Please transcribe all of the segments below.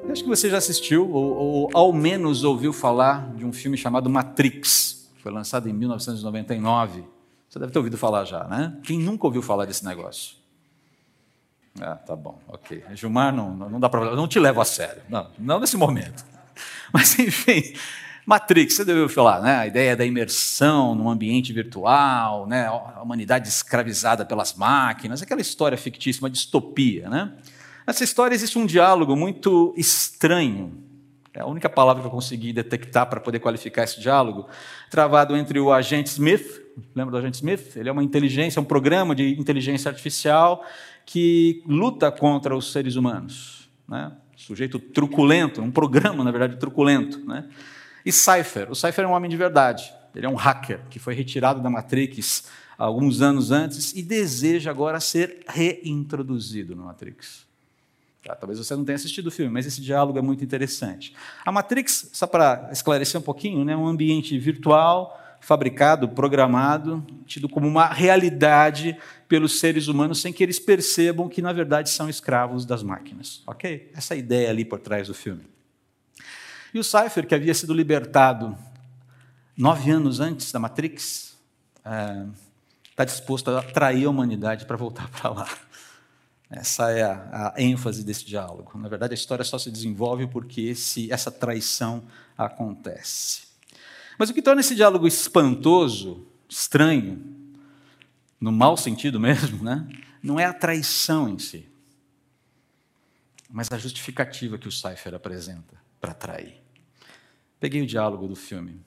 Acho que você já assistiu, ou ao menos ouviu falar de um filme chamado Matrix. Foi lançado em 1999. Você deve ter ouvido falar já, né? Quem nunca ouviu falar desse negócio? Ah, tá bom, ok. Gilmar, não dá para... Não te levo a sério. Não nesse momento. Mas, enfim, Matrix, você deve ouvir falar, né? A ideia da imersão num ambiente virtual, né? A humanidade escravizada pelas máquinas, aquela história fictícia, uma distopia, né? Nessa história existe um diálogo muito estranho. É a única palavra que eu consegui detectar para poder qualificar esse diálogo, travado entre o agente Smith. Lembra do agente Smith? Ele é uma inteligência, um programa de inteligência artificial que luta contra os seres humanos, né? Sujeito truculento, um programa, na verdade, truculento, né? E Cypher. O Cypher é um homem de verdade. Ele é um hacker que foi retirado da Matrix alguns anos antes e deseja agora ser reintroduzido na Matrix. Talvez você não tenha assistido o filme, mas esse diálogo é muito interessante. A Matrix, só para esclarecer um pouquinho, né, é um ambiente virtual, fabricado, programado, tido como uma realidade pelos seres humanos, sem que eles percebam que, na verdade, são escravos das máquinas. Ok? Essa é a ideia ali por trás do filme. E o Cypher, que havia sido libertado 9 anos antes da Matrix, está disposto a trair a humanidade para voltar para lá. Essa é a ênfase desse diálogo. Na verdade, a história só se desenvolve porque essa traição acontece. Mas o que torna esse diálogo espantoso, estranho, no mau sentido mesmo, né? Não é a traição em si, mas a justificativa que o Cypher apresenta para trair. Peguei o diálogo do filme.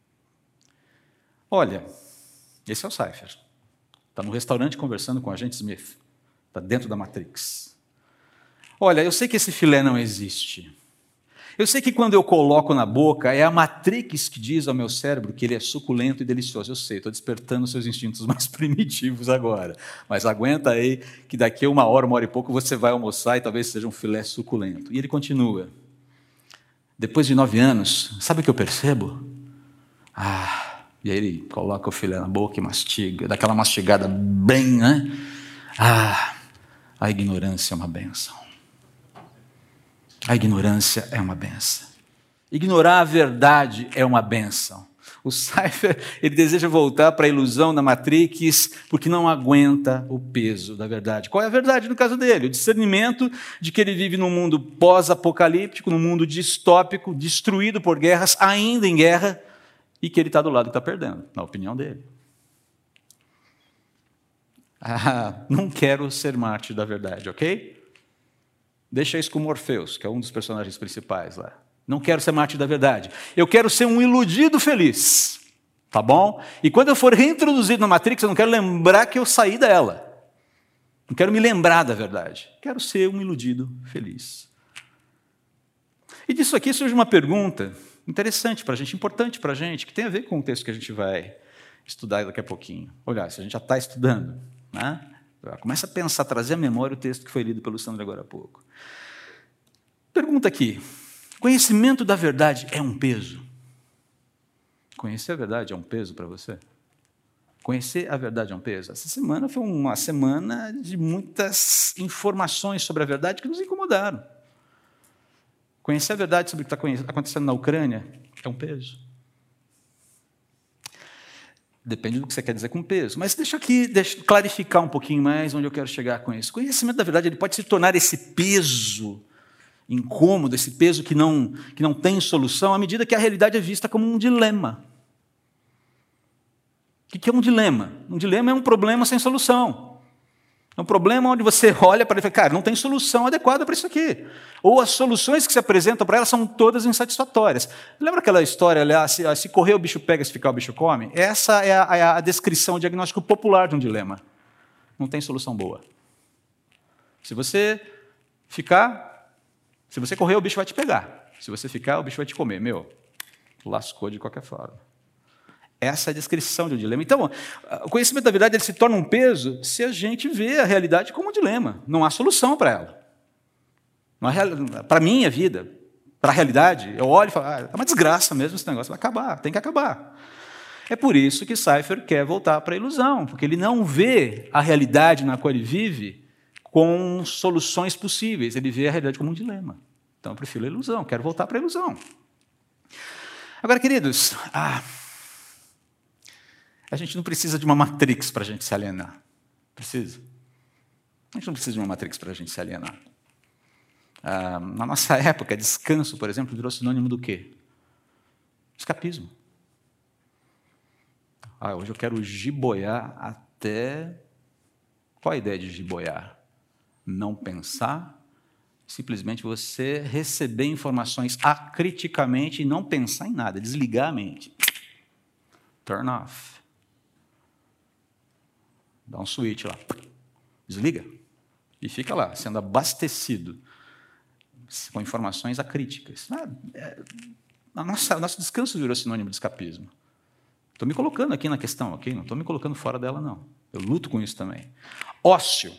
Olha, esse é o Cypher. Está no restaurante conversando com o agente Smith. Está dentro da Matrix. Olha, eu sei que esse filé não existe. Eu sei que quando eu coloco na boca, é a Matrix que diz ao meu cérebro que ele é suculento e delicioso. Eu sei, estou despertando seus instintos mais primitivos agora. Mas aguenta aí que daqui a 1 hora e pouco, você vai almoçar e talvez seja um filé suculento. E ele continua. Depois de 9 anos, sabe o que eu percebo? E aí ele coloca o filé na boca e mastiga, dá aquela mastigada bem, né? A ignorância é uma bênção. A ignorância é uma bênção. Ignorar a verdade é uma bênção. O Cypher, ele deseja voltar para a ilusão da Matrix porque não aguenta o peso da verdade. Qual é a verdade no caso dele? O discernimento de que ele vive num mundo pós-apocalíptico, num mundo distópico, destruído por guerras, ainda em guerra, e que ele está do lado que está perdendo, na opinião dele. Não quero ser mártir da verdade, ok? Deixa isso com Morpheus, que é um dos personagens principais lá. Não quero ser mártir da verdade. Eu quero ser um iludido feliz, tá bom? E quando eu for reintroduzido na Matrix, eu não quero lembrar que eu saí dela. Não quero me lembrar da verdade. Quero ser um iludido feliz. E disso aqui surge uma pergunta interessante para a gente, importante para a gente, que tem a ver com o texto que a gente vai estudar daqui a pouquinho. Olha, se a gente já está estudando, né? Começa a pensar, trazer à memória o texto que foi lido pelo Sandro agora há pouco. Pergunta aqui, conhecimento da verdade é um peso? Conhecer a verdade é um peso para você? Conhecer a verdade é um peso? Essa semana foi uma semana de muitas informações sobre a verdade que nos incomodaram. Conhecer a verdade sobre o que está acontecendo na Ucrânia é um peso? Depende do que você quer dizer com peso. Mas deixa clarificar um pouquinho mais onde eu quero chegar com isso. O conhecimento da verdade ele pode se tornar esse peso incômodo, esse peso que não tem solução, à medida que a realidade é vista como um dilema. O que é um dilema? Um dilema é um problema sem solução. É um problema onde você olha para ele e fala, cara, não tem solução adequada para isso aqui. Ou as soluções que se apresentam para ela são todas insatisfatórias. Lembra aquela história, aliás, se correr o bicho pega, se ficar o bicho come? Essa é a descrição, o diagnóstico popular de um dilema. Não tem solução boa. Se você correr, o bicho vai te pegar. Se você ficar, o bicho vai te comer. Lascou de qualquer forma. Essa é a descrição de um dilema. Então, o conhecimento da verdade ele se torna um peso se a gente vê a realidade como um dilema. Não há solução para ela. Para a minha vida, para a realidade, eu olho e falo, é uma desgraça mesmo esse negócio, vai acabar, tem que acabar. É por isso que Cypher quer voltar para a ilusão, porque ele não vê a realidade na qual ele vive com soluções possíveis, ele vê a realidade como um dilema. Então eu prefiro a ilusão, quero voltar para a ilusão. Agora, queridos, a gente não precisa de uma matrix para a gente se alienar. Precisa? A gente não precisa de uma matrix para a gente se alienar. Na nossa época, descanso, por exemplo, virou sinônimo do quê? Escapismo. Hoje eu quero giboiar até... Qual a ideia de giboiar? Não pensar, simplesmente você receber informações acriticamente e não pensar em nada, desligar a mente. Turn off. Dá um switch lá. Desliga. E fica lá, sendo abastecido com informações acríticas. Nosso descanso virou sinônimo de escapismo. Estou me colocando aqui na questão, ok? Não estou me colocando fora dela, não. Eu luto com isso também. Ócio.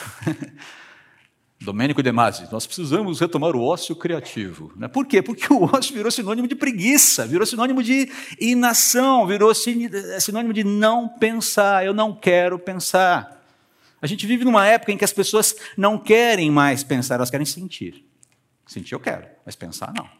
Domênico De Masi, nós precisamos retomar o ócio criativo. Por quê? Porque o ócio virou sinônimo de preguiça, virou sinônimo de inação, virou sinônimo de não pensar. Eu não quero pensar. A gente vive numa época em que as pessoas não querem mais pensar, elas querem sentir. Sentir eu quero, mas pensar não.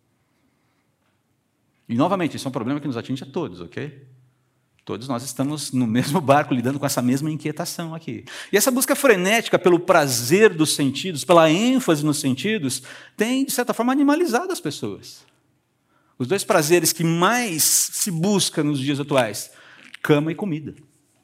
E, novamente, isso é um problema que nos atinge a todos, ok? Todos nós estamos no mesmo barco, lidando com essa mesma inquietação aqui. E essa busca frenética pelo prazer dos sentidos, pela ênfase nos sentidos, tem, de certa forma, animalizado as pessoas. Os dois prazeres que mais se busca nos dias atuais, cama e comida.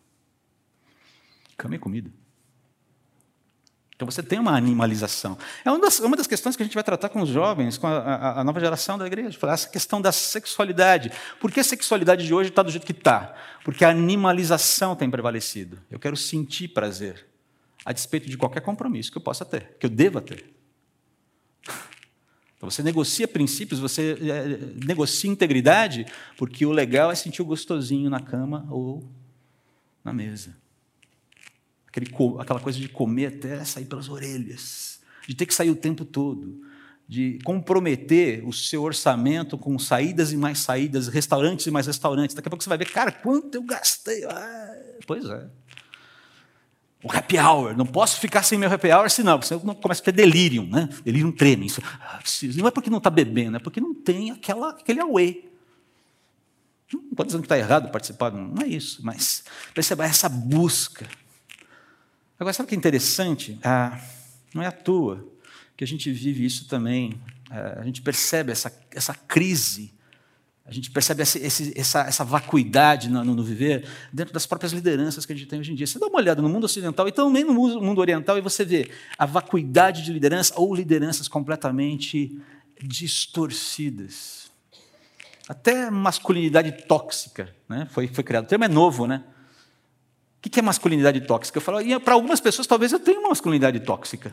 Cama e comida. Então você tem uma animalização. É uma das questões que a gente vai tratar com os jovens, com a nova geração da igreja, essa questão da sexualidade. Por que a sexualidade de hoje está do jeito que está? Porque a animalização tem prevalecido. Eu quero sentir prazer, a despeito de qualquer compromisso que eu possa ter, que eu deva ter. Então você negocia princípios, você negocia integridade, porque o legal é sentir o gostosinho na cama ou na mesa. Aquela coisa de comer até sair pelas orelhas, de ter que sair o tempo todo, de comprometer o seu orçamento com saídas e mais saídas, restaurantes e mais restaurantes. Daqui a pouco você vai ver, cara, quanto eu gastei. Pois é. O happy hour, não posso ficar sem meu happy hour, senão você começa a ter delirium, né? Delirium tremens. Não é porque não está bebendo, é porque não tem aquele away. Não estou dizendo que está errado participar, não é isso, mas perceba essa busca. Agora, sabe o que é interessante? Não é à toa que a gente vive isso também. A gente percebe essa crise, a gente percebe essa vacuidade no viver dentro das próprias lideranças que a gente tem hoje em dia. Você dá uma olhada no mundo ocidental e também no mundo oriental e você vê a vacuidade de liderança ou lideranças completamente distorcidas. Até masculinidade tóxica, né? Foi criado. O termo é novo, né? O que é masculinidade tóxica? Eu falo, para algumas pessoas, talvez eu tenha uma masculinidade tóxica.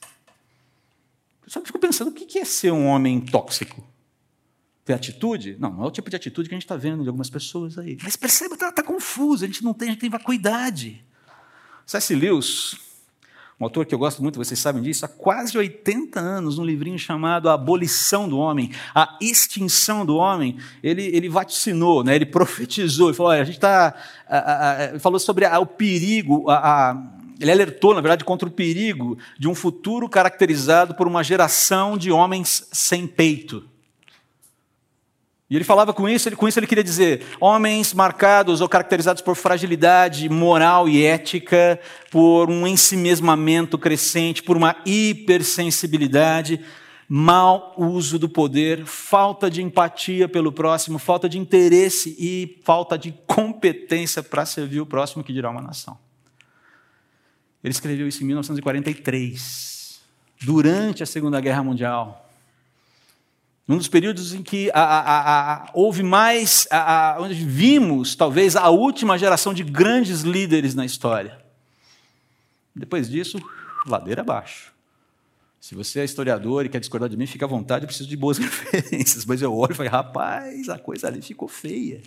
Eu só fico pensando, o que é ser um homem tóxico? Ter atitude? Não é o tipo de atitude que a gente está vendo de algumas pessoas aí. Mas perceba, está confuso, a gente tem vacuidade. C.S. Lewis, um autor que eu gosto muito, vocês sabem disso, há quase 80 anos, num livrinho chamado A Abolição do Homem, A Extinção do Homem, ele vaticinou, né? Ele profetizou, ele falou, olha, a gente está... falou sobre o perigo, ele alertou, na verdade, contra o perigo de um futuro caracterizado por uma geração de homens sem peito. E ele falava com isso ele queria dizer, homens marcados ou caracterizados por fragilidade moral e ética, por um ensimesmamento crescente, por uma hipersensibilidade, mau uso do poder, falta de empatia pelo próximo, falta de interesse e falta de competência para servir o próximo, que dirá uma nação. Ele escreveu isso em 1943, durante a Segunda Guerra Mundial. Num dos períodos em que houve mais, onde vimos, talvez, a última geração de grandes líderes na história. Depois disso, ladeira abaixo. Se você é historiador e quer discordar de mim, fica à vontade, eu preciso de boas referências. Mas eu olho e falo, rapaz, a coisa ali ficou feia.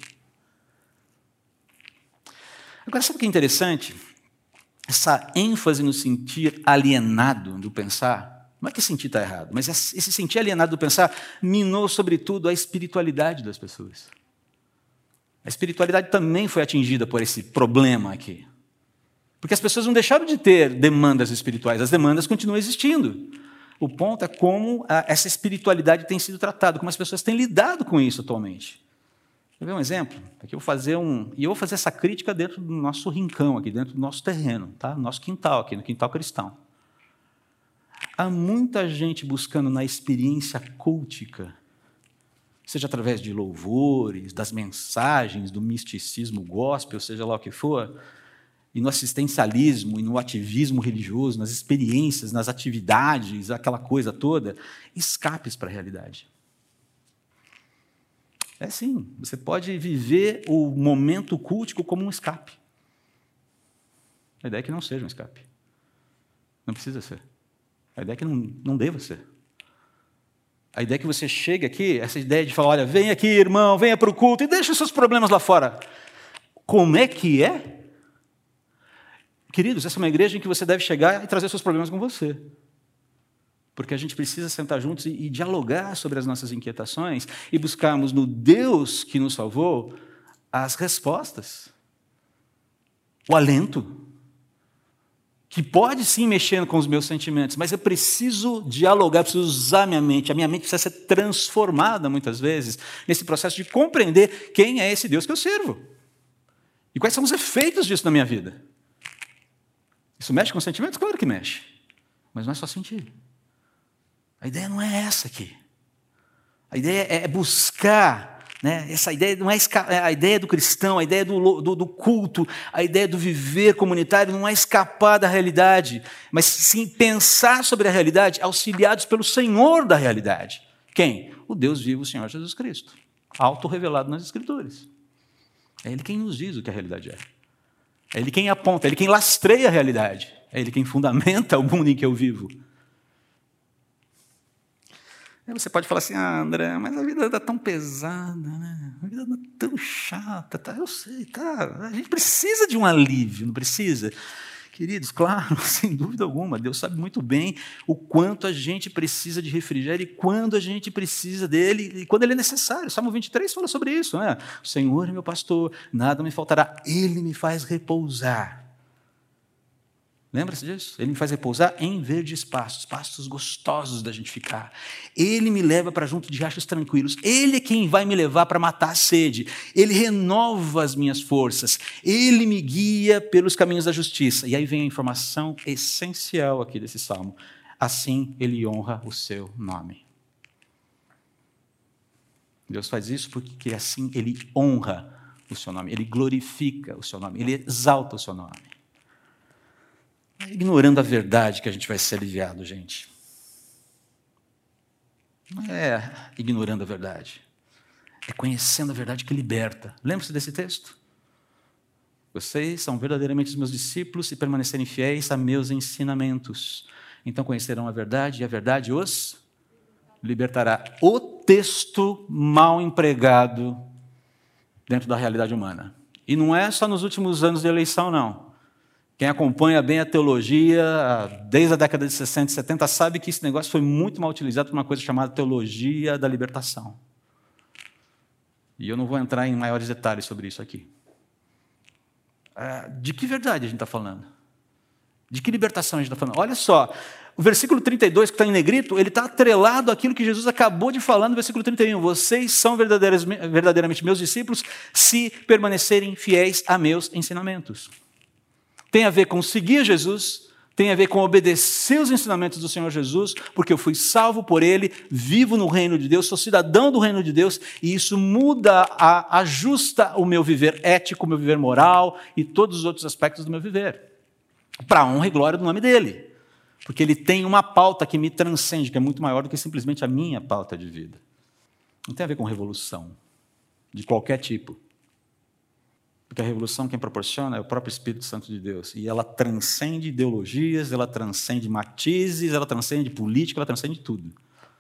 Agora, sabe o que é interessante? Essa ênfase no sentir alienado do pensar. Não é que sentir está errado, mas esse sentir alienado do pensar minou, sobretudo, a espiritualidade das pessoas. A espiritualidade também foi atingida por esse problema aqui. Porque as pessoas não deixaram de ter demandas espirituais, as demandas continuam existindo. O ponto é como essa espiritualidade tem sido tratada, como as pessoas têm lidado com isso atualmente. Quer ver um exemplo? Aqui eu vou fazer essa crítica dentro do nosso rincão, aqui dentro do nosso terreno, tá? No nosso quintal, aqui no quintal cristão. Há muita gente buscando na experiência cultica, seja através de louvores, das mensagens, do misticismo gospel, seja lá o que for, e no assistencialismo, e no ativismo religioso, nas experiências, nas atividades, aquela coisa toda, escapes para a realidade. É sim, você pode viver o momento cultico como um escape. A ideia é que não seja um escape. Não precisa ser. A ideia é que não deva ser. A ideia é que você chegue aqui, essa ideia de falar, olha, vem aqui, irmão, venha para o culto e deixa os seus problemas lá fora. Como é que é? Queridos, essa é uma igreja em que você deve chegar e trazer seus problemas com você. Porque a gente precisa sentar juntos e dialogar sobre as nossas inquietações e buscarmos no Deus que nos salvou as respostas, o alento, que pode sim mexer com os meus sentimentos, mas eu preciso dialogar, preciso usar minha mente precisa ser transformada muitas vezes nesse processo de compreender quem é esse Deus que eu sirvo e quais são os efeitos disso na minha vida. Isso mexe com os sentimentos? Claro que mexe, mas não é só sentir. A ideia não é essa aqui. A ideia é buscar, né? Essa ideia não é a ideia do cristão, a ideia do culto, a ideia do viver comunitário não é escapar da realidade, mas sim pensar sobre a realidade, auxiliados pelo Senhor da realidade. Quem? O Deus vivo, o Senhor Jesus Cristo, autorrevelado nas Escrituras. É Ele quem nos diz o que a realidade é. É Ele quem aponta, é Ele quem lastreia a realidade, é Ele quem fundamenta o mundo em que eu vivo. Aí você pode falar assim, André, mas a vida está tão pesada, né? A vida está tão chata, tá? Eu sei, tá? A gente precisa de um alívio, não precisa? Queridos, claro, sem dúvida alguma, Deus sabe muito bem o quanto a gente precisa de refrigério e quando a gente precisa dele e quando ele é necessário. Salmo 23 fala sobre isso, né? O Senhor é meu pastor, nada me faltará, Ele me faz repousar. Lembra-se disso? Ele me faz repousar em verdes pastos, pastos gostosos da gente ficar. Ele me leva para junto de riachos tranquilos. Ele é quem vai me levar para matar a sede. Ele renova as minhas forças. Ele me guia pelos caminhos da justiça. E aí vem a informação essencial aqui desse salmo. Assim ele honra o seu nome. Deus faz isso porque assim ele honra o seu nome. Ele glorifica o seu nome. Ele exalta o seu nome. É ignorando a verdade que a gente vai ser aliviado, gente. Não é ignorando a verdade. É conhecendo a verdade que liberta. Lembra-se desse texto? Vocês são verdadeiramente os meus discípulos se permanecerem fiéis a meus ensinamentos. Então conhecerão a verdade e a verdade os libertará. O texto mal empregado dentro da realidade humana. E não é só nos últimos anos de eleição, não. Quem acompanha bem a teologia, desde a década de 60 e 70, sabe que esse negócio foi muito mal utilizado por uma coisa chamada teologia da libertação. E eu não vou entrar em maiores detalhes sobre isso aqui. De que verdade a gente está falando? De que libertação a gente está falando? Olha só, o versículo 32, que está em negrito, ele está atrelado àquilo que Jesus acabou de falar no versículo 31. Vocês são verdadeiramente meus discípulos se permanecerem fiéis a meus ensinamentos. Tem a ver com seguir Jesus, tem a ver com obedecer os ensinamentos do Senhor Jesus, porque eu fui salvo por Ele, vivo no reino de Deus, sou cidadão do reino de Deus, e isso muda, ajusta o meu viver ético, o meu viver moral e todos os outros aspectos do meu viver, para a honra e glória do nome dEle, porque Ele tem uma pauta que me transcende, que é muito maior do que simplesmente a minha pauta de vida. Não tem a ver com revolução, de qualquer tipo. Porque a revolução quem proporciona é o próprio Espírito Santo de Deus. E ela transcende ideologias, ela transcende matizes, ela transcende política, ela transcende tudo.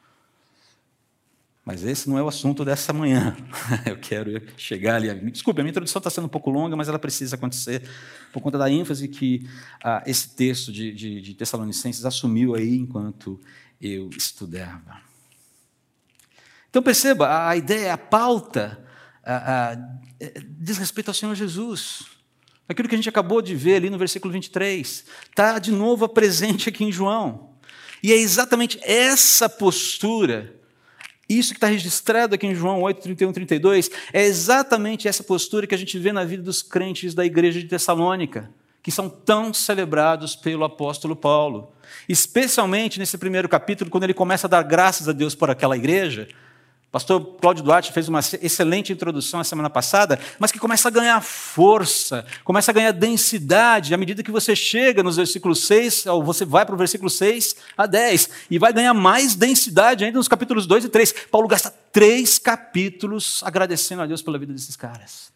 Mas esse não é o assunto dessa manhã. Eu quero chegar ali. Desculpe, a minha introdução está sendo um pouco longa, mas ela precisa acontecer por conta da ênfase que esse texto de Tessalonicenses assumiu aí enquanto eu estudava. Então perceba, a ideia, a pauta, diz respeito ao Senhor Jesus. Aquilo que a gente acabou de ver ali no versículo 23, está de novo presente aqui em João. E é exatamente essa postura, isso que está registrado aqui em João 8, 31, 32, é exatamente essa postura que a gente vê na vida dos crentes da igreja de Tessalônica, que são tão celebrados pelo apóstolo Paulo. Especialmente nesse primeiro capítulo, quando ele começa a dar graças a Deus por aquela igreja. O pastor Cláudio Duarte fez uma excelente introdução a semana passada, mas que começa a ganhar força, começa a ganhar densidade, à medida que você chega nos versículos 6, ou você vai para o versículo 6 a 10, e vai ganhar mais densidade ainda nos capítulos 2 e 3. Paulo gasta 3 capítulos agradecendo a Deus pela vida desses caras.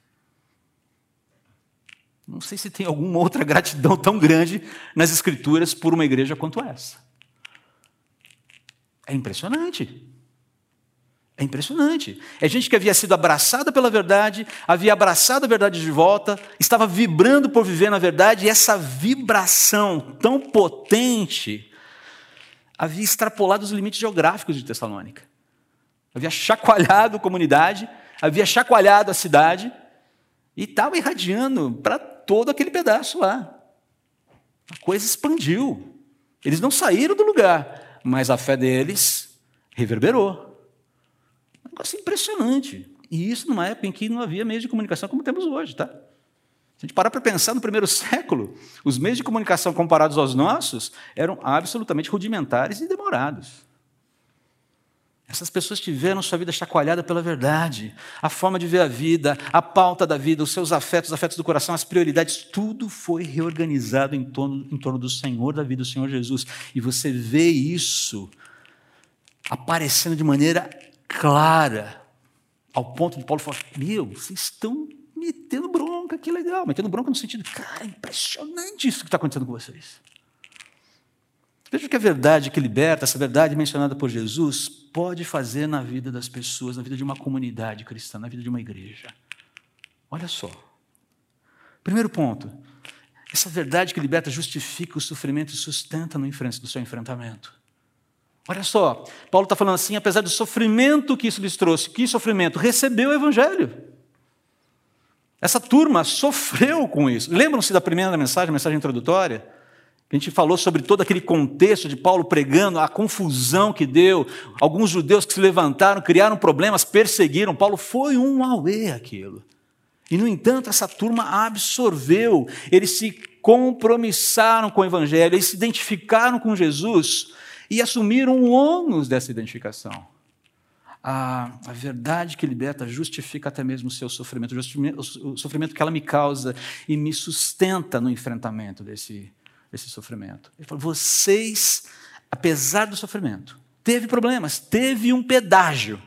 Não sei se tem alguma outra gratidão tão grande nas Escrituras por uma igreja quanto essa. É impressionante. É impressionante. É gente que havia sido abraçada pela verdade, havia abraçado a verdade de volta, estava vibrando por viver na verdade, e essa vibração tão potente havia extrapolado os limites geográficos de Tessalônica. Havia chacoalhado a comunidade, havia chacoalhado a cidade, e estava irradiando para todo aquele pedaço lá. A coisa expandiu. Eles não saíram do lugar, mas a fé deles reverberou. Um negócio impressionante. E isso numa época em que não havia meios de comunicação como temos hoje, tá? Se a gente parar para pensar no primeiro século, os meios de comunicação comparados aos nossos eram absolutamente rudimentares e demorados. Essas pessoas tiveram sua vida chacoalhada pela verdade, a forma de ver a vida, a pauta da vida, os seus afetos, os afetos do coração, as prioridades, tudo foi reorganizado em torno do Senhor da vida, do Senhor Jesus. E você vê isso aparecendo de maneira clara, ao ponto de Paulo falar: meu, vocês estão metendo bronca, que legal. Metendo bronca no sentido, cara, é impressionante isso que está acontecendo com vocês. Veja que a verdade que liberta, essa verdade mencionada por Jesus, pode fazer na vida das pessoas, na vida de uma comunidade cristã, na vida de uma igreja. Olha só. Primeiro ponto, essa verdade que liberta justifica o sofrimento e sustenta no seu enfrentamento. Olha só, Paulo está falando assim, apesar do sofrimento que isso lhes trouxe, que sofrimento? Recebeu o evangelho. Essa turma sofreu com isso. Lembram-se da primeira mensagem, a mensagem introdutória? A gente falou sobre todo aquele contexto de Paulo pregando, a confusão que deu, alguns judeus que se levantaram, criaram problemas, perseguiram. Paulo foi um auê aquilo. E, no entanto, essa turma absorveu, eles se compromissaram com o evangelho, eles se identificaram com Jesus e assumiram o ônus dessa identificação. A verdade que liberta justifica até mesmo o seu sofrimento, o sofrimento que ela me causa e me sustenta no enfrentamento desse sofrimento. Ele falou: vocês, apesar do sofrimento, teve problemas, teve um pedágio.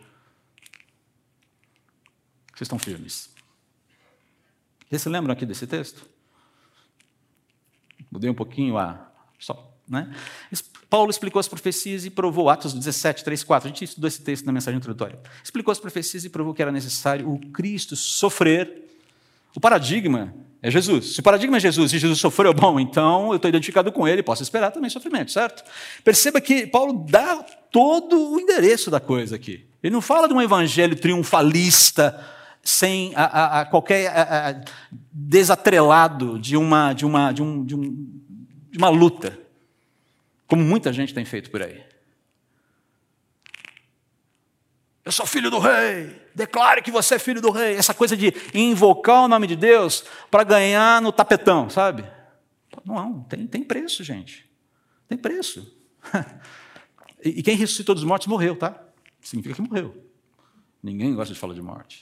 Vocês estão firmes. Vocês se lembram aqui desse texto? Mudei um pouquinho né? Paulo explicou as profecias e provou, Atos 17, 3, 4. A gente estudou esse texto na mensagem introdutória. Explicou as profecias e provou que era necessário o Cristo sofrer. O paradigma é Jesus. Se o paradigma é Jesus e Jesus sofreu, bom, então eu estou identificado com ele, posso esperar também sofrimento, certo? Perceba que Paulo dá todo o endereço da coisa aqui. Ele não fala de um evangelho triunfalista, sem qualquer desatrelado de uma luta, como muita gente tem feito por aí. Eu sou filho do rei, declare que você é filho do rei. Essa coisa de invocar o nome de Deus para ganhar no tapetão, sabe? Não, tem preço, gente. Tem preço. E quem ressuscitou dos mortos morreu, tá? Significa que morreu. Ninguém gosta de falar de morte.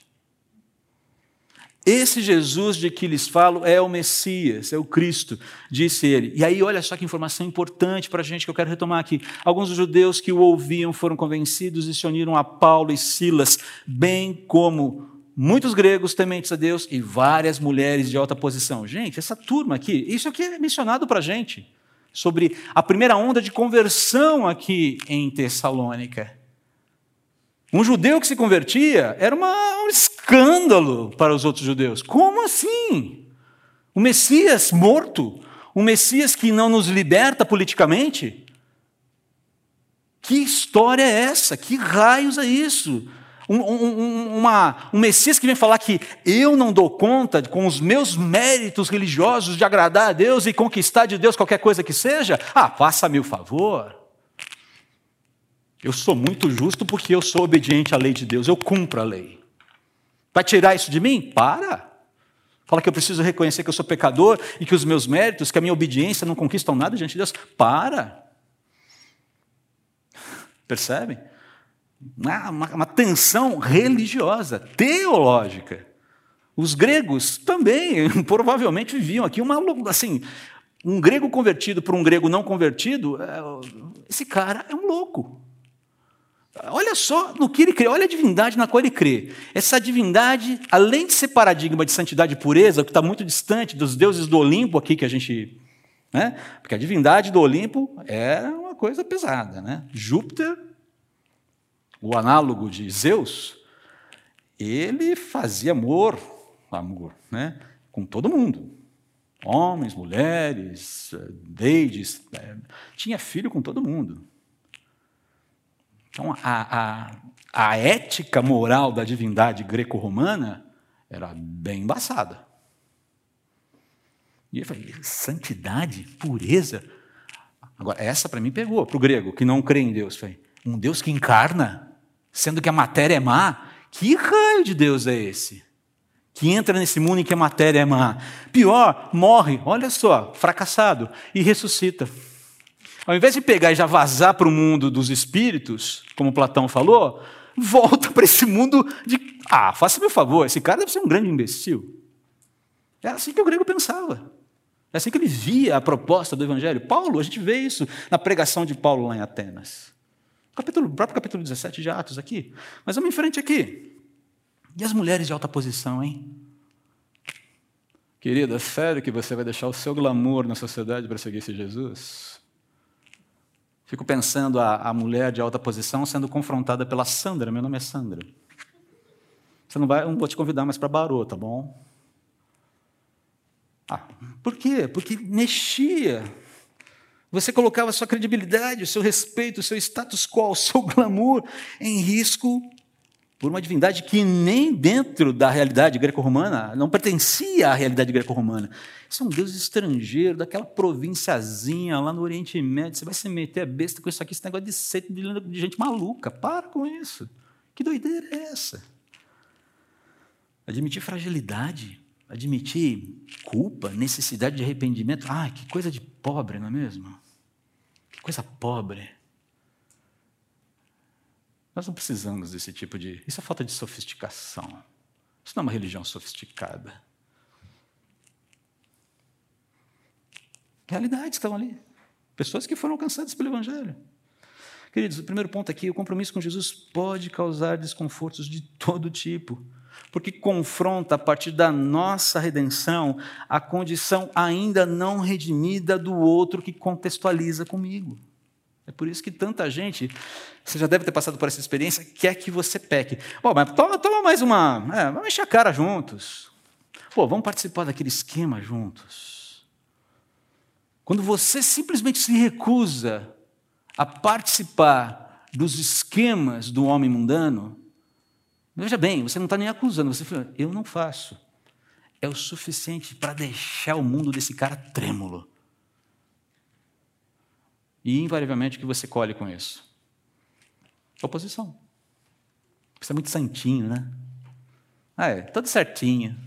Esse Jesus de que lhes falo é o Messias, é o Cristo, disse ele. E aí, olha só que informação importante para a gente que eu quero retomar aqui. Alguns dos judeus que o ouviam foram convencidos e se uniram a Paulo e Silas, bem como muitos gregos tementes a Deus e várias mulheres de alta posição. Gente, essa turma aqui, isso aqui é mencionado para a gente, sobre a primeira onda de conversão aqui em Tessalônica. Um judeu que se convertia era um escândalo para os outros judeus. Como assim? O Messias morto? O Messias que não nos liberta politicamente? Que história é essa? Que raios é isso? Um Messias que vem falar que eu não dou conta, com os meus méritos religiosos, de agradar a Deus e conquistar de Deus qualquer coisa que seja? Ah, faça-me o favor. Eu sou muito justo porque eu sou obediente à lei de Deus, eu cumpro a lei. Vai tirar isso de mim? Para! Fala que eu preciso reconhecer que eu sou pecador e que os meus méritos, que a minha obediência não conquistam nada diante de Deus. Para! Percebe? Uma tensão religiosa, teológica. Os gregos também, provavelmente, viviam aqui um grego convertido por um grego não convertido, esse cara é um louco. Olha só no que ele crê, olha a divindade na qual ele crê. Essa divindade, além de ser paradigma de santidade e pureza, que está muito distante dos deuses do Olimpo aqui que a gente... Né? Porque a divindade do Olimpo era uma coisa pesada. Né? Júpiter, o análogo de Zeus, ele fazia amor, né? Com todo mundo. Homens, mulheres, deides, tinha filho com todo mundo. Então, a ética moral da divindade greco-romana era bem embaçada. E eu falei, santidade, pureza. Agora, essa para mim pegou, para o grego, que não crê em Deus. Falei, um Deus que encarna, sendo que a matéria é má? Que raio de Deus é esse? Que entra nesse mundo em que a matéria é má. Pior, morre, olha só, fracassado, e ressuscita. Ao invés de pegar e já vazar para o mundo dos espíritos, como Platão falou, volta para esse mundo de... faça-me o favor, esse cara deve ser um grande imbecil. Era assim que o grego pensava. É assim que ele via a proposta do Evangelho. Paulo, a gente vê isso na pregação de Paulo lá em Atenas. O próprio capítulo 17 de Atos aqui. Mas vamos em frente aqui. E as mulheres de alta posição, hein? Querida, sério que você vai deixar o seu glamour na sociedade para seguir esse Jesus? Fico pensando a mulher de alta posição sendo confrontada pela Sandra. Meu nome é Sandra. Você não vou te convidar mais para Barô, tá bom? Por quê? Porque mexia. Você colocava a sua credibilidade, o seu respeito, o seu status quo, o seu glamour em risco por uma divindade que nem dentro da realidade greco-romana, não pertencia à realidade greco-romana. Isso é um deus estrangeiro, daquela provinciazinha lá no Oriente Médio. Você vai se meter a besta com isso aqui, esse negócio de seita de gente maluca. Para com isso. Que doideira é essa? Admitir fragilidade, admitir culpa, necessidade de arrependimento. Que coisa de pobre, não é mesmo? Que coisa pobre. Nós não precisamos desse tipo de... Isso é falta de sofisticação. Isso não é uma religião sofisticada. Realidades estão ali. Pessoas que foram alcançadas pelo Evangelho. Queridos, o primeiro ponto aqui, o compromisso com Jesus pode causar desconfortos de todo tipo, porque confronta, a partir da nossa redenção, a condição ainda não redimida do outro que contextualiza comigo. É por isso que tanta gente, você já deve ter passado por essa experiência, quer que você peque. Mas toma mais uma... vamos encher a cara juntos. Vamos participar daquele esquema juntos. Quando você simplesmente se recusa a participar dos esquemas do homem mundano, veja bem, você não está nem acusando, você fala, eu não faço. É o suficiente para deixar o mundo desse cara trêmulo. E, invariavelmente, o que você colhe com isso? Oposição. Você é muito santinho, né? Todo certinho.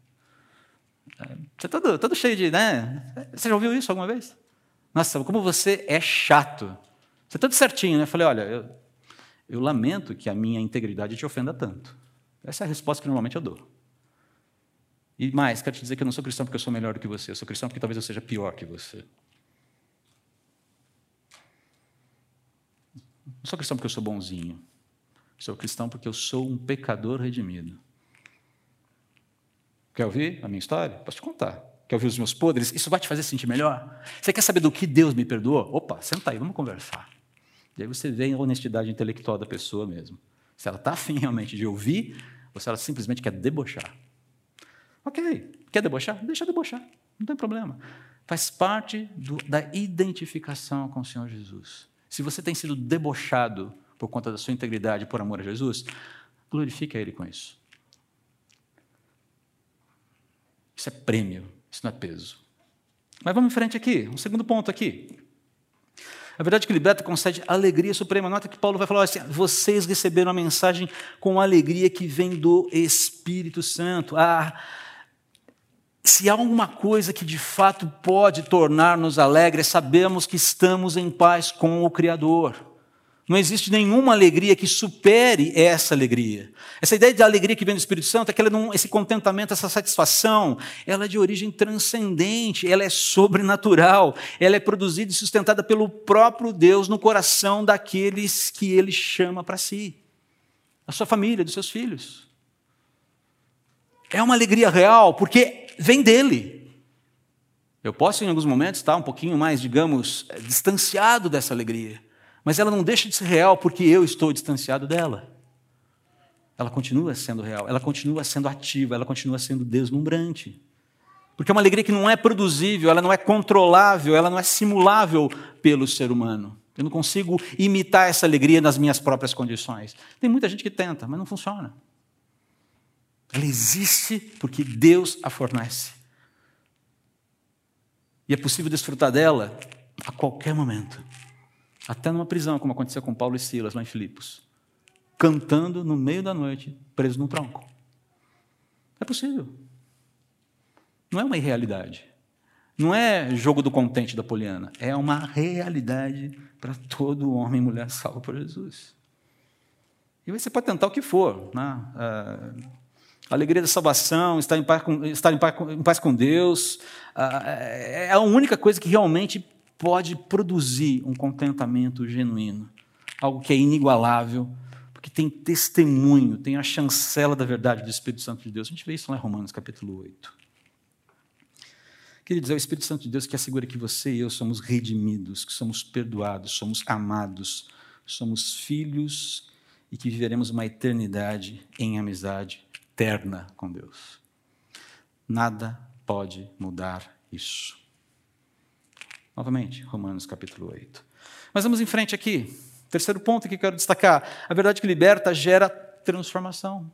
Você é todo cheio de... né? Você já ouviu isso alguma vez? Nossa, como você é chato. Você é todo certinho, né? Eu falei, olha, eu lamento que a minha integridade te ofenda tanto. Essa é a resposta que normalmente eu dou. E mais, quero te dizer que eu não sou cristão porque eu sou melhor do que você. Eu sou cristão porque talvez eu seja pior que você. Não sou cristão porque eu sou bonzinho. Sou cristão porque eu sou um pecador redimido. Quer ouvir a minha história? Posso te contar. Quer ouvir os meus podres? Isso vai te fazer sentir melhor? Você quer saber do que Deus me perdoou? Opa, senta aí, vamos conversar. E aí você vê a honestidade intelectual da pessoa mesmo. Se ela está afim realmente de ouvir, ou se ela simplesmente quer debochar. Ok, quer debochar? Deixa debochar, não tem problema. Faz parte da identificação com o Senhor Jesus. Se você tem sido debochado por conta da sua integridade, por amor a Jesus, glorifique a Ele com isso. Isso é prêmio, isso não é peso. Mas vamos em frente aqui, um segundo ponto aqui. A verdade que liberta concede alegria suprema. Nota que Paulo vai falar assim: vocês receberam a mensagem com a alegria que vem do Espírito Santo. Se há alguma coisa que de fato pode tornar-nos alegres, sabemos que estamos em paz com o Criador. Não existe nenhuma alegria que supere essa alegria. Essa ideia de alegria que vem do Espírito Santo é que esse contentamento, essa satisfação, ela é de origem transcendente, ela é sobrenatural, ela é produzida e sustentada pelo próprio Deus no coração daqueles que Ele chama para si, da sua família, dos seus filhos. É uma alegria real, porque vem dEle. Eu posso, em alguns momentos, estar um pouquinho mais, digamos, distanciado dessa alegria, mas ela não deixa de ser real porque eu estou distanciado dela. Ela continua sendo real, ela continua sendo ativa, ela continua sendo deslumbrante. Porque é uma alegria que não é produzível, ela não é controlável, ela não é simulável pelo ser humano. Eu não consigo imitar essa alegria nas minhas próprias condições. Tem muita gente que tenta, mas não funciona. Ela existe porque Deus a fornece. E é possível desfrutar dela a qualquer momento. Até numa prisão, como aconteceu com Paulo e Silas, lá em Filipos. Cantando no meio da noite, preso num tronco. É possível. Não é uma irrealidade. Não é jogo do contente da Poliana. É uma realidade para todo homem e mulher salvo por Jesus. E você pode tentar o que for. Né? A alegria da salvação, estar em paz com Deus, é a única coisa que realmente pode produzir um contentamento genuíno, algo que é inigualável, porque tem testemunho, tem a chancela da verdade do Espírito Santo de Deus. A gente vê isso lá em Romanos, capítulo 8. Queridos, é o Espírito Santo de Deus que assegura que você e eu somos redimidos, que somos perdoados, somos amados, somos filhos e que viveremos uma eternidade em amizade eterna com Deus. Nada pode mudar isso. Novamente, Romanos capítulo 8. Mas vamos em frente aqui. Terceiro ponto que quero destacar. A verdade que liberta gera transformação.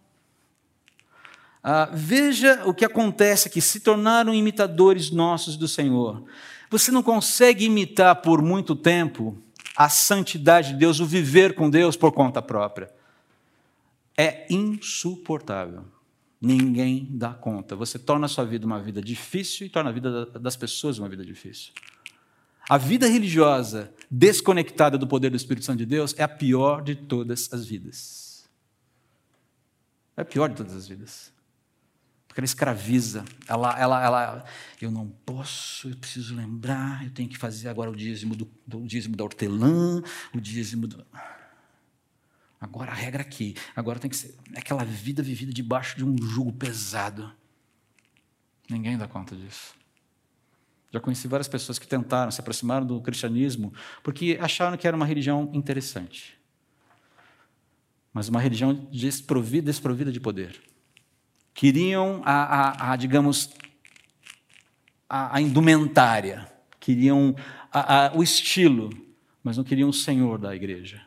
Veja o que acontece aqui. Se tornaram imitadores nossos do Senhor. Você não consegue imitar por muito tempo a santidade de Deus, o viver com Deus por conta própria. É insuportável. Ninguém dá conta. Você torna a sua vida uma vida difícil e torna a vida das pessoas uma vida difícil. A vida religiosa desconectada do poder do Espírito Santo de Deus é a pior de todas as vidas. É a pior de todas as vidas. Porque ela escraviza. Eu não posso, eu preciso lembrar, eu tenho que fazer agora o dízimo da hortelã, o dízimo do... Agora a regra aqui, agora tem que ser aquela vida vivida debaixo de um jugo pesado. Ninguém dá conta disso. Já conheci várias pessoas que tentaram, se aproximaram do cristianismo, porque acharam que era uma religião interessante. Mas uma religião desprovida de poder. Queriam digamos, a indumentária, queriam o estilo, mas não queriam o Senhor da igreja.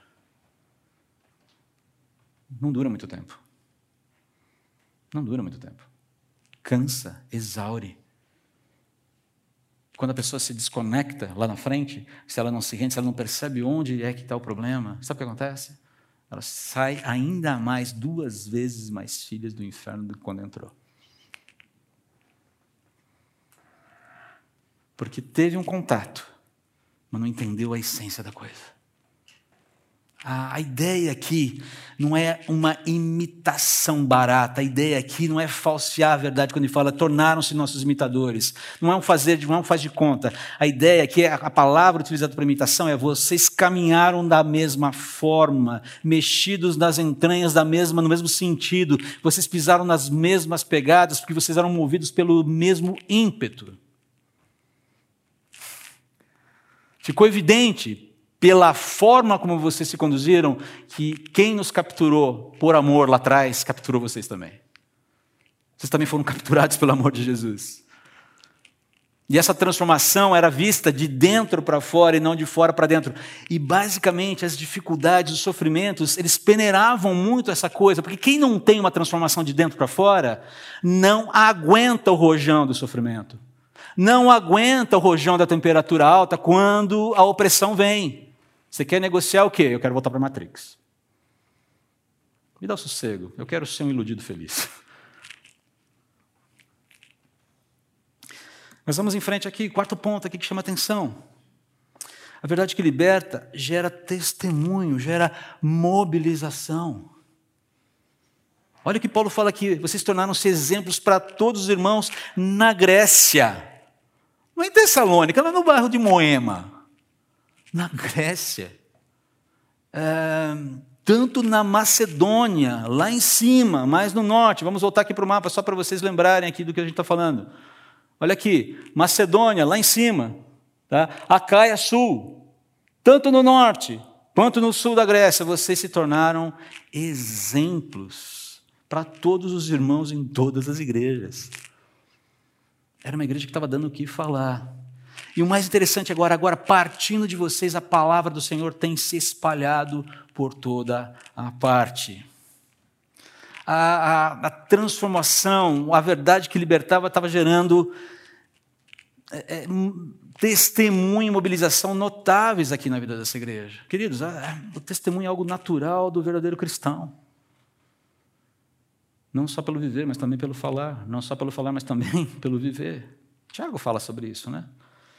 Não dura muito tempo. Não dura muito tempo. Cansa, exaure. Quando a pessoa se desconecta lá na frente, se ela não se rende, se ela não percebe onde é que está o problema, sabe o que acontece? Ela sai ainda mais, 2 vezes mais filhas do inferno do que quando entrou. Porque teve um contato, mas não entendeu a essência da coisa. A ideia aqui não é uma imitação barata, a ideia aqui não é falsear a verdade quando ele fala tornaram-se nossos imitadores, não é um faz de conta. A ideia aqui, a palavra utilizada para imitação é vocês caminharam da mesma forma, mexidos nas entranhas no mesmo sentido, vocês pisaram nas mesmas pegadas porque vocês eram movidos pelo mesmo ímpeto. Ficou evidente pela forma como vocês se conduziram, que quem nos capturou por amor lá atrás, capturou vocês também. Vocês também foram capturados pelo amor de Jesus. E essa transformação era vista de dentro para fora e não de fora para dentro. E basicamente as dificuldades, os sofrimentos, eles peneiravam muito essa coisa, porque quem não tem uma transformação de dentro para fora, não aguenta o rojão do sofrimento. Não aguenta o rojão da temperatura alta quando a opressão vem. Você quer negociar o quê? Eu quero voltar para a Matrix. Me dá o sossego, eu quero ser um iludido feliz. Mas vamos em frente aqui, quarto ponto aqui que chama atenção. A verdade que liberta gera testemunho, gera mobilização. Olha o que Paulo fala aqui, vocês tornaram-se exemplos para todos os irmãos na Grécia. Não em Tessalônica, lá no bairro de Moema. Na Grécia. Tanto na Macedônia, lá em cima, mais no norte. Vamos voltar aqui para o mapa, só para vocês lembrarem aqui do que a gente está falando. Olha aqui, Macedônia, lá em cima. Tá? Acaia Sul, tanto no norte quanto no sul da Grécia, vocês se tornaram exemplos para todos os irmãos em todas as igrejas. Era uma igreja que estava dando o que falar. E o mais interessante agora partindo de vocês, a palavra do Senhor tem se espalhado por toda a parte. A transformação, a verdade que libertava estava gerando testemunho e mobilização notáveis aqui na vida dessa igreja. Queridos, o testemunho é algo natural do verdadeiro cristão. Não só pelo viver, mas também pelo falar. Não só pelo falar, mas também pelo viver. Tiago fala sobre isso, né?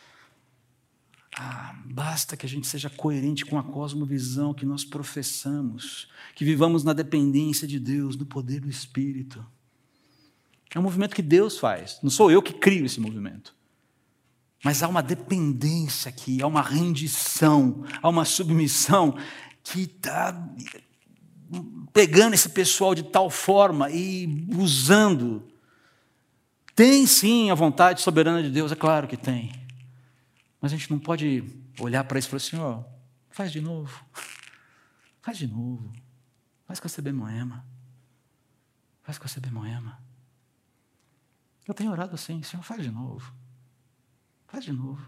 Basta que a gente seja coerente com a cosmovisão que nós professamos, que vivamos na dependência de Deus, no poder do Espírito. É um movimento que Deus faz. Não sou eu que crio esse movimento. Mas há uma dependência aqui, há uma rendição, há uma submissão que está pegando esse pessoal de tal forma e usando. Tem sim a vontade soberana de Deus, é claro que tem. Mas a gente não pode olhar para isso e falar assim, faz de novo. Faz de novo. Faz com a CB Moema. Faz com a CB Moema. Eu tenho orado assim, Senhor, faz de novo. Faz de novo.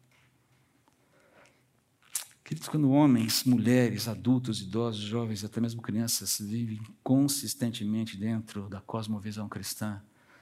Queridos, quando homens, mulheres, adultos, idosos, jovens, até mesmo crianças vivem consistentemente dentro da cosmovisão cristã,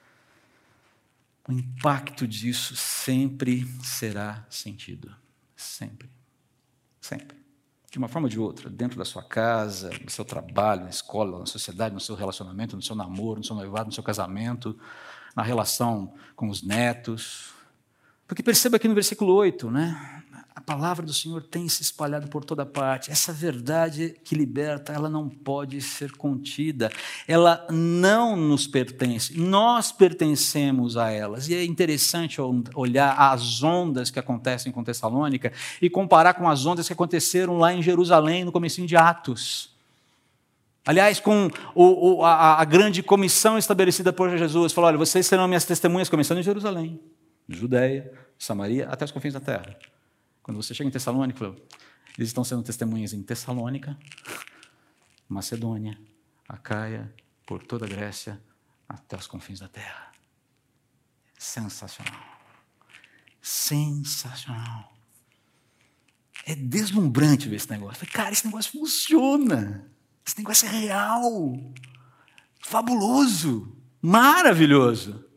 o impacto disso sempre será sentido. Sempre. Sempre. De uma forma ou de outra, dentro da sua casa, no seu trabalho, na escola, na sociedade, no seu relacionamento, no seu namoro, no seu noivado, no seu casamento, na relação com os netos. Porque perceba aqui no versículo 8, né? A palavra do Senhor tem se espalhado por toda parte. Essa verdade que liberta, ela não pode ser contida. Ela não nos pertence. Nós pertencemos a elas. E é interessante olhar as ondas que acontecem com Tessalônica e comparar com as ondas que aconteceram lá em Jerusalém, no comecinho de Atos. Aliás, com a grande comissão estabelecida por Jesus. Falou, olha, vocês serão minhas testemunhas, começando em Jerusalém, Judeia, Samaria, até os confins da terra. Quando você chega em Tessalônica, eles estão sendo testemunhas em Tessalônica, Macedônia, Acaia, por toda a Grécia, até os confins da terra. Sensacional. Sensacional. É deslumbrante ver esse negócio. Cara, esse negócio funciona. Esse negócio é real. Fabuloso. Maravilhoso.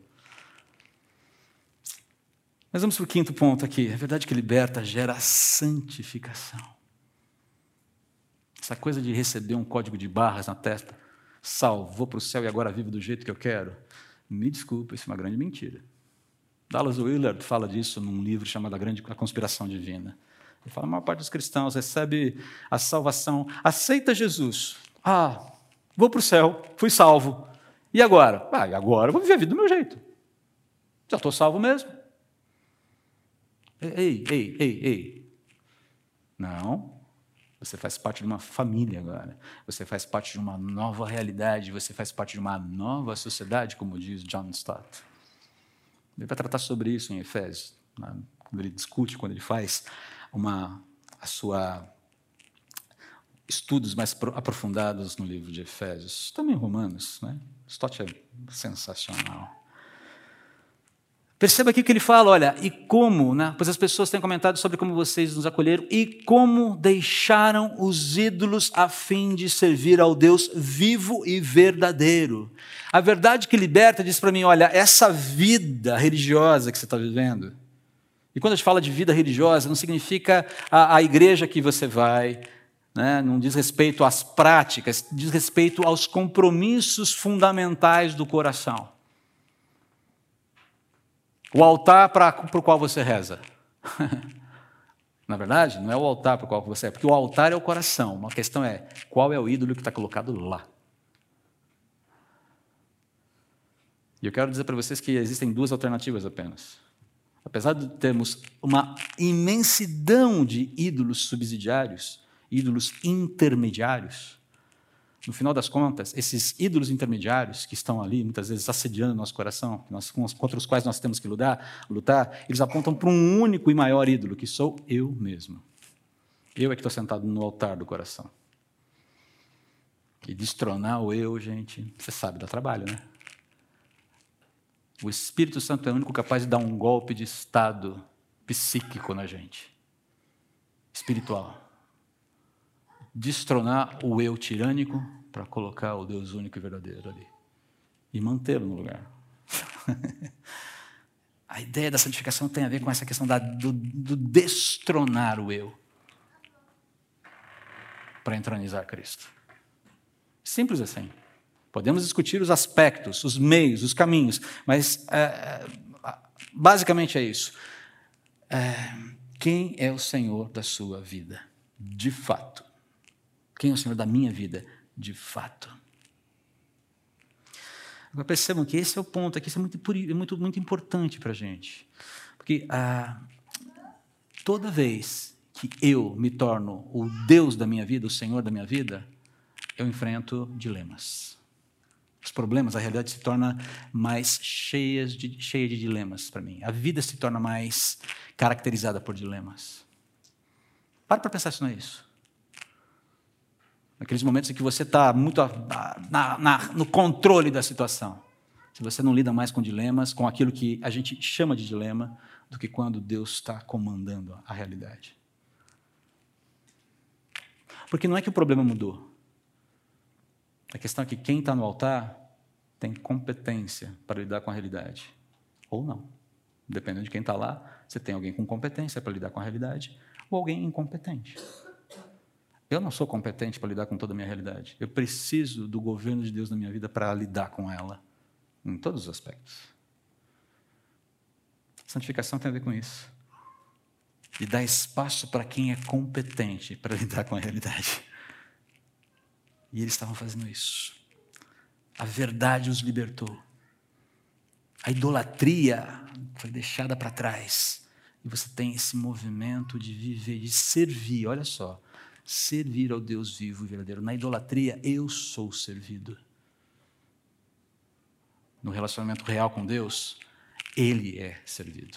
Mas vamos para o quinto ponto aqui. A verdade que liberta gera santificação. Essa coisa de receber um código de barras na testa, vou para o céu e agora vivo do jeito que eu quero. Me desculpa, isso é uma grande mentira. Dallas Willard fala disso num livro chamado A Conspiração Divina. Ele fala, a maior parte dos cristãos recebe a salvação, aceita Jesus. Vou para o céu, fui salvo. E agora? Agora eu vou viver a vida do meu jeito. Já estou salvo mesmo. Ei. Não. Você faz parte de uma família agora. Você faz parte de uma nova realidade. Você faz parte de uma nova sociedade, como diz John Stott. Ele vai tratar sobre isso em Efésios. Quando ele discute, quando ele faz estudos mais aprofundados no livro de Efésios. Também Romanos, né? Stott é sensacional. Perceba aqui que ele fala, olha, e como, né? Pois as pessoas têm comentado sobre como vocês nos acolheram e como deixaram os ídolos a fim de servir ao Deus vivo e verdadeiro. A verdade que liberta diz para mim, olha, essa vida religiosa que você está vivendo, E quando a gente fala de vida religiosa, não significa a igreja que você vai, né? Não diz respeito às práticas, diz respeito aos compromissos fundamentais do coração. O altar para o qual você reza. Na verdade, não é o altar para o qual você é, porque o altar é o coração. Uma questão é, qual é o ídolo que está colocado lá? E eu quero dizer para vocês que existem duas alternativas apenas. Apesar de termos uma imensidão de ídolos subsidiários, ídolos intermediários, no final das contas, esses ídolos intermediários que estão ali, muitas vezes assediando o nosso coração, contra os quais nós temos que lutar, eles apontam para um único e maior ídolo, que sou eu mesmo. Eu é que estou sentado no altar do coração. E destronar o eu, gente, você sabe, dá trabalho, né? O Espírito Santo é o único capaz de dar um golpe de estado psíquico na gente, espiritual. Destronar o eu tirânico para colocar o Deus único e verdadeiro ali. E mantê-lo no lugar. A ideia da santificação tem a ver com essa questão do destronar o eu para entronizar Cristo. Simples assim. Podemos discutir os aspectos, os meios, os caminhos, mas basicamente é isso. Quem é o Senhor da sua vida? De fato. Quem é o Senhor da minha vida? De fato. Agora percebam que esse é o ponto aqui, isso é muito importante para a gente. Porque toda vez que eu me torno o Deus da minha vida, o Senhor da minha vida, eu enfrento dilemas. Os problemas, a realidade se torna mais cheia de dilemas para mim. A vida se torna mais caracterizada por dilemas. Para pensar isso não é isso. Naqueles momentos em que você está muito no controle da situação. Se você não lida mais com dilemas, com aquilo que a gente chama de dilema, do que quando Deus está comandando a realidade. Porque não é que o problema mudou. A questão é que quem está no altar tem competência para lidar com a realidade. Ou não. Dependendo de quem está lá, você tem alguém com competência para lidar com a realidade ou alguém incompetente. Eu não sou competente para lidar com toda a minha realidade. Eu preciso do governo de Deus na minha vida para lidar com ela, em todos os aspectos. Santificação tem a ver com isso. E dar espaço para quem é competente para lidar com a realidade. E eles estavam fazendo isso. A verdade os libertou. A idolatria foi deixada para trás. E você tem esse movimento de viver, de servir. Olha só. Servir ao Deus vivo e verdadeiro. Na idolatria, eu sou servido. No relacionamento real com Deus, Ele é servido.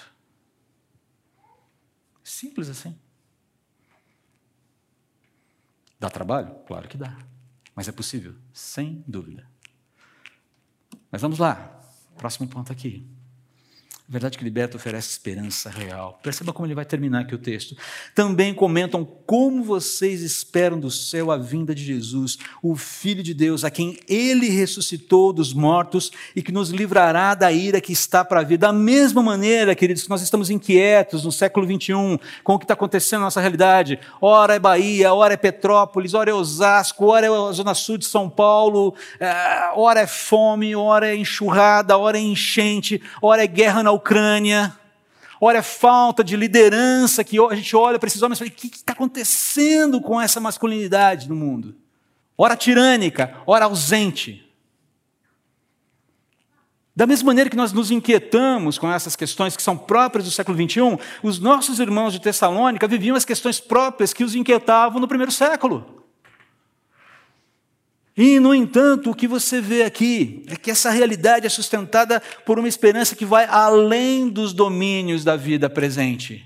Simples assim. Dá trabalho? Claro que dá. Mas é possível? Sem dúvida. Mas vamos lá. Próximo ponto aqui. A verdade que liberta oferece esperança real. Perceba como ele vai terminar aqui o texto. Também comentam como vocês esperam do céu a vinda de Jesus, o Filho de Deus, a quem Ele ressuscitou dos mortos e que nos livrará da ira que está para vir. Da mesma maneira, queridos, que nós estamos inquietos no século XXI com o que está acontecendo na nossa realidade. Ora é Bahia, ora é Petrópolis, ora é Osasco, ora é a Zona Sul de São Paulo, ora é fome, ora é enxurrada, ora é enchente, ora é guerra na Ucrânia, ora é falta de liderança, que a gente olha para esses homens e fala, o que está acontecendo com essa masculinidade no mundo? Ora tirânica, ora ausente. Da mesma maneira que nós nos inquietamos com essas questões que são próprias do século XXI, os nossos irmãos de Tessalônica viviam as questões próprias que os inquietavam no primeiro século. E, no entanto, o que você vê aqui é que essa realidade é sustentada por uma esperança que vai além dos domínios da vida presente.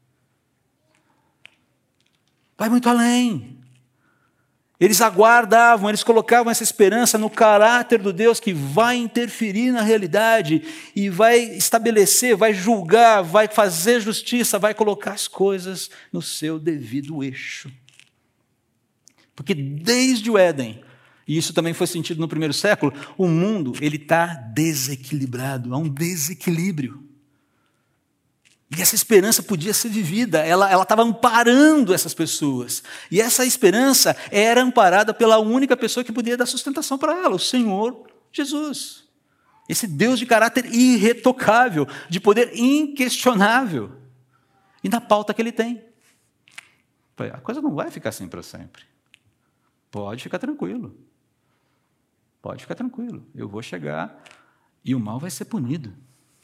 Vai muito além. Eles aguardavam, eles colocavam essa esperança no caráter do Deus que vai interferir na realidade e vai estabelecer, vai julgar, vai fazer justiça, vai colocar as coisas no seu devido eixo. Porque desde o Éden, e isso também foi sentido no primeiro século, o mundo está desequilibrado, há um desequilíbrio. E essa esperança podia ser vivida, ela estava amparando essas pessoas. E essa esperança era amparada pela única pessoa que podia dar sustentação para ela, o Senhor Jesus. Esse Deus de caráter irretocável, de poder inquestionável. E na pauta que ele tem. A coisa não vai ficar assim para sempre. Pode ficar tranquilo. Pode ficar tranquilo. Eu vou chegar e o mal vai ser punido.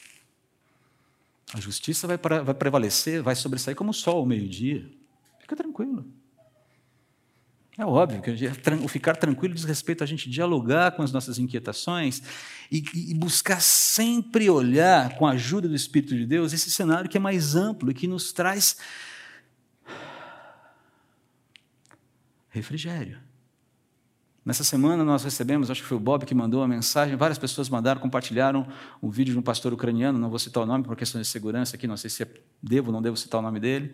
A justiça vai prevalecer, vai sobressair como o sol ao meio-dia. Fica tranquilo. É óbvio que o ficar tranquilo diz respeito a gente dialogar com as nossas inquietações e buscar sempre olhar, com a ajuda do Espírito de Deus, esse cenário que é mais amplo e que nos traz refrigério. Nessa semana nós recebemos, acho que foi o Bob que mandou a mensagem, várias pessoas mandaram, compartilharam um vídeo de um pastor ucraniano, não vou citar o nome por questão de segurança aqui, não sei se devo ou não devo citar o nome dele.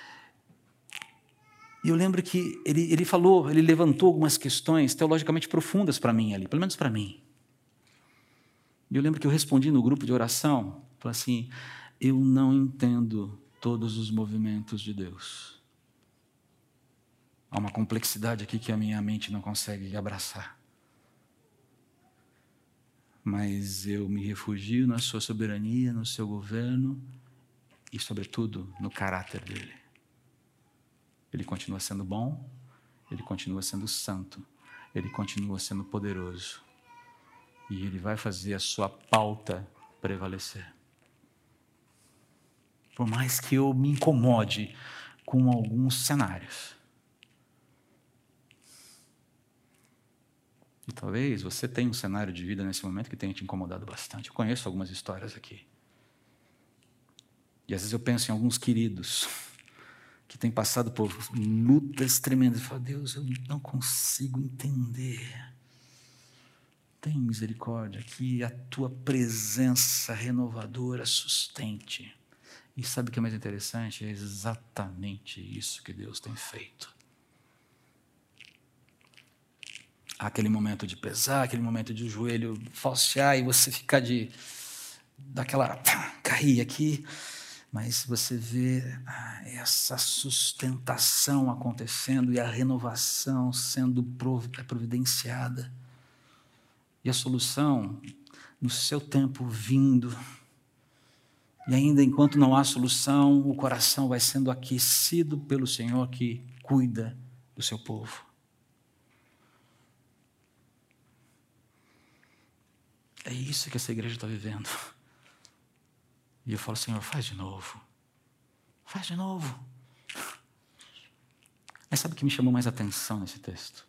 E eu lembro que ele falou, ele levantou algumas questões teologicamente profundas para mim ali, pelo menos para mim. E eu lembro que eu respondi no grupo de oração, falei assim, eu não entendo todos os movimentos de Deus. Há uma complexidade aqui que a minha mente não consegue abraçar. Mas eu me refugio na sua soberania, no seu governo e, sobretudo, no caráter dele. Ele continua sendo bom, ele continua sendo santo, ele continua sendo poderoso. E ele vai fazer a sua pauta prevalecer. Por mais que eu me incomode com alguns cenários. E talvez você tenha um cenário de vida nesse momento que tenha te incomodado bastante. Eu conheço algumas histórias aqui. E às vezes eu penso em alguns queridos que têm passado por lutas tremendas. Eu falo, Deus, eu não consigo entender. Tem misericórdia, que a tua presença renovadora sustente. E sabe o que é mais interessante? É exatamente isso que Deus tem feito. Aquele momento de pesar, aquele momento de o joelho falsear e você ficar daquela cair aqui, mas você vê essa sustentação acontecendo e a renovação sendo providenciada. E a solução, no seu tempo, vindo. E ainda enquanto não há solução, o coração vai sendo aquecido pelo Senhor que cuida do seu povo. É isso que essa igreja está vivendo. E eu falo, Senhor, faz de novo. Faz de novo. Mas sabe o que me chamou mais atenção nesse texto?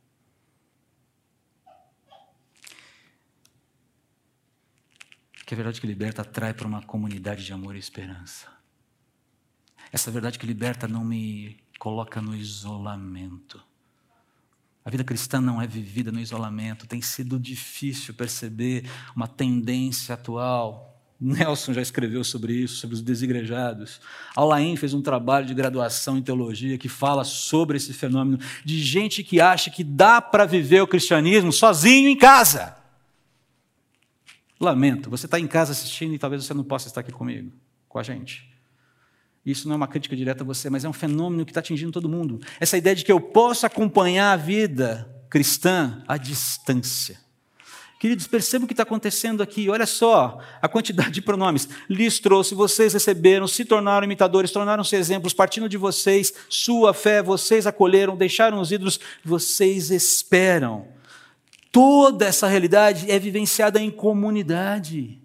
Que a verdade que liberta atrai para uma comunidade de amor e esperança. Essa verdade que liberta não me coloca no isolamento. A vida cristã não é vivida no isolamento. Tem sido difícil perceber uma tendência atual. Nelson já escreveu sobre isso, sobre os desigrejados. Alain fez um trabalho de graduação em teologia que fala sobre esse fenômeno de gente que acha que dá para viver o cristianismo sozinho em casa. Lamento, você está em casa assistindo e talvez você não possa estar aqui comigo, com a gente. Isso não é uma crítica direta a você, mas é um fenômeno que está atingindo todo mundo. Essa ideia de que eu posso acompanhar a vida cristã à distância. Queridos, percebam o que está acontecendo aqui. Olha só a quantidade de pronomes. Lhes trouxe, vocês receberam, se tornaram imitadores, tornaram-se exemplos, partindo de vocês, sua fé, vocês acolheram, deixaram os ídolos, vocês esperam. Toda essa realidade é vivenciada em comunidade.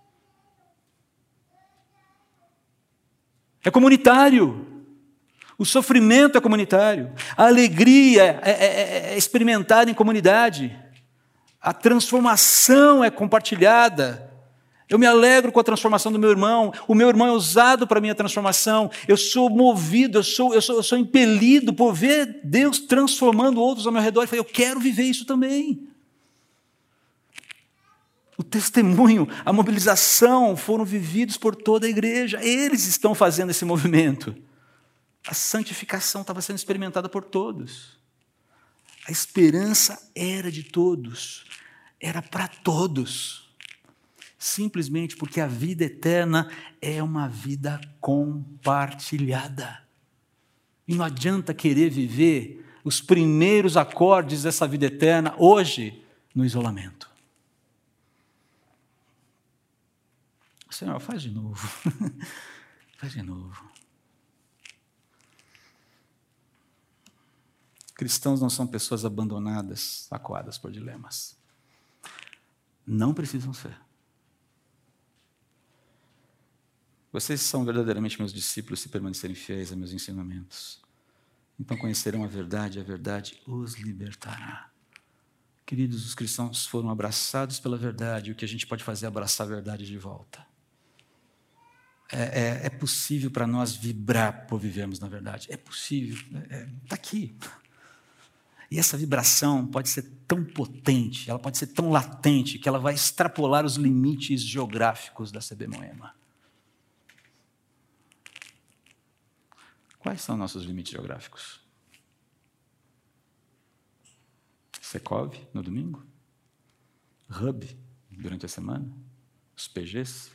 É comunitário. O sofrimento é comunitário. A alegria é experimentada em comunidade. A transformação é compartilhada. Eu me alegro com a transformação do meu irmão. O meu irmão é usado para a minha transformação. Eu sou movido, eu sou impelido por ver Deus transformando outros ao meu redor. Eu quero viver isso também. O testemunho, a mobilização foram vividos por toda a igreja. Eles estão fazendo esse movimento. A santificação estava sendo experimentada por todos. A esperança era de todos. Era para todos. simplesmente porque a vida eterna é uma vida compartilhada. E não adianta querer viver os primeiros acordes dessa vida eterna hoje no isolamento. Senhor, faz de novo. Faz de novo. Cristãos não são pessoas abandonadas, acuadas por dilemas. Não precisam ser. Vocês são verdadeiramente meus discípulos se permanecerem fiéis a meus ensinamentos. Então conhecerão a verdade, e a verdade os libertará. Queridos, os cristãos foram abraçados pela verdade, e o que a gente pode fazer é abraçar a verdade de volta. É possível para nós vibrar por vivermos na verdade. É possível, está aqui. E essa vibração pode ser tão potente, ela pode ser tão latente, que ela vai extrapolar os limites geográficos da CB Moema. Quais são nossos limites geográficos? Secov, no domingo? Hub, durante a semana? Os PGs?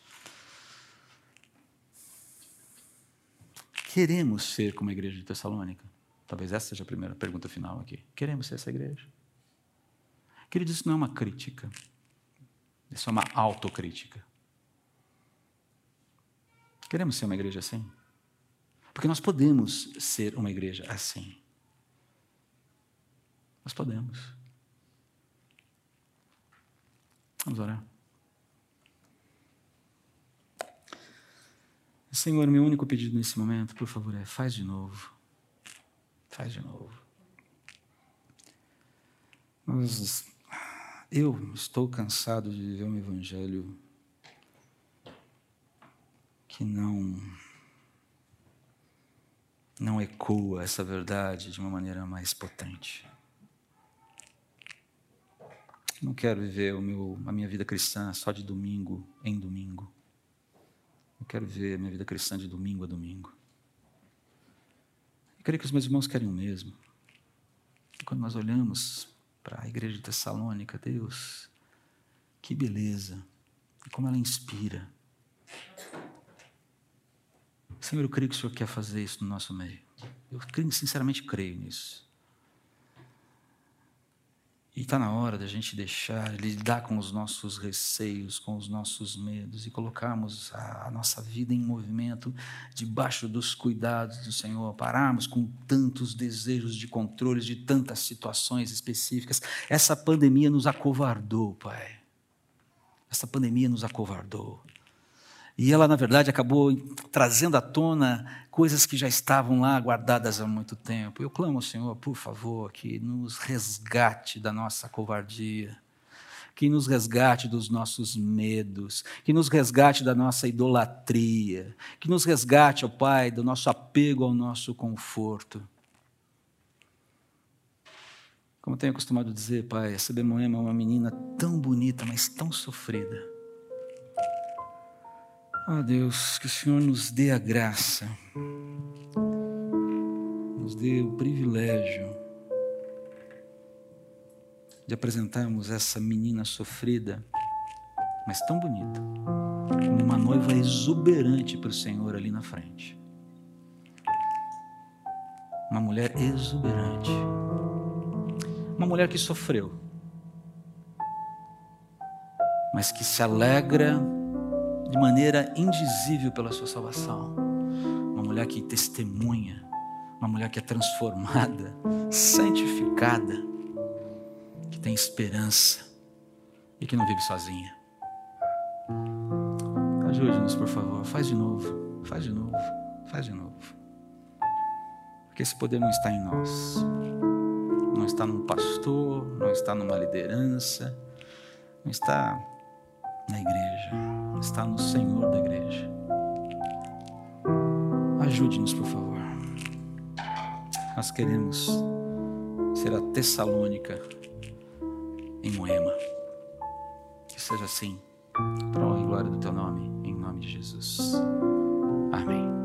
Queremos ser como a igreja de Tessalônica? Talvez essa seja a primeira pergunta final aqui. Queremos ser essa igreja? Queridos, isso não é uma crítica. Isso é uma autocrítica. Queremos ser uma igreja assim? Porque nós podemos ser uma igreja assim. Nós podemos. Vamos orar. Senhor, meu único pedido nesse momento, por favor, faz de novo. Faz de novo. Mas eu estou cansado de viver um evangelho que não ecoa essa verdade de uma maneira mais potente. Não quero viver a minha vida cristã só de domingo em domingo. Eu quero viver a minha vida cristã de domingo a domingo. Eu creio que os meus irmãos querem o mesmo. E quando nós olhamos para a igreja de Tessalônica, Deus, que beleza, e como ela inspira. Senhor, eu creio que o Senhor quer fazer isso no nosso meio. Eu sinceramente creio nisso. E está na hora da gente lidar com os nossos receios, com os nossos medos e colocarmos a nossa vida em movimento debaixo dos cuidados do Senhor, pararmos com tantos desejos de controles de tantas situações específicas. Essa pandemia nos acovardou, Pai. Essa pandemia nos acovardou. E ela, na verdade, acabou trazendo à tona coisas que já estavam lá guardadas há muito tempo. Eu clamo ao Senhor, por favor, que nos resgate da nossa covardia, que nos resgate dos nossos medos, que nos resgate da nossa idolatria, que nos resgate, ó Pai, do nosso apego ao nosso conforto. Como eu tenho acostumado a dizer, Pai, a CB Moema é uma menina tão bonita, mas tão sofrida. Ó Deus, que o Senhor nos dê a graça, nos dê o privilégio de apresentarmos essa menina sofrida, mas tão bonita, como uma noiva exuberante para o Senhor ali na frente. Uma mulher exuberante, uma mulher que sofreu, mas que se alegra de maneira indizível pela sua salvação. Uma mulher que testemunha, uma mulher que é transformada, santificada, que tem esperança e que não vive sozinha. Ajude-nos, por favor, faz de novo, faz de novo, faz de novo. Porque esse poder não está em nós, não está num pastor, não está numa liderança, não está na igreja, está no Senhor da igreja. Ajude-nos, por favor. Nós queremos ser a Tessalônica em Moema. Que seja assim, para a honra e glória do teu nome, em nome de Jesus. Amém.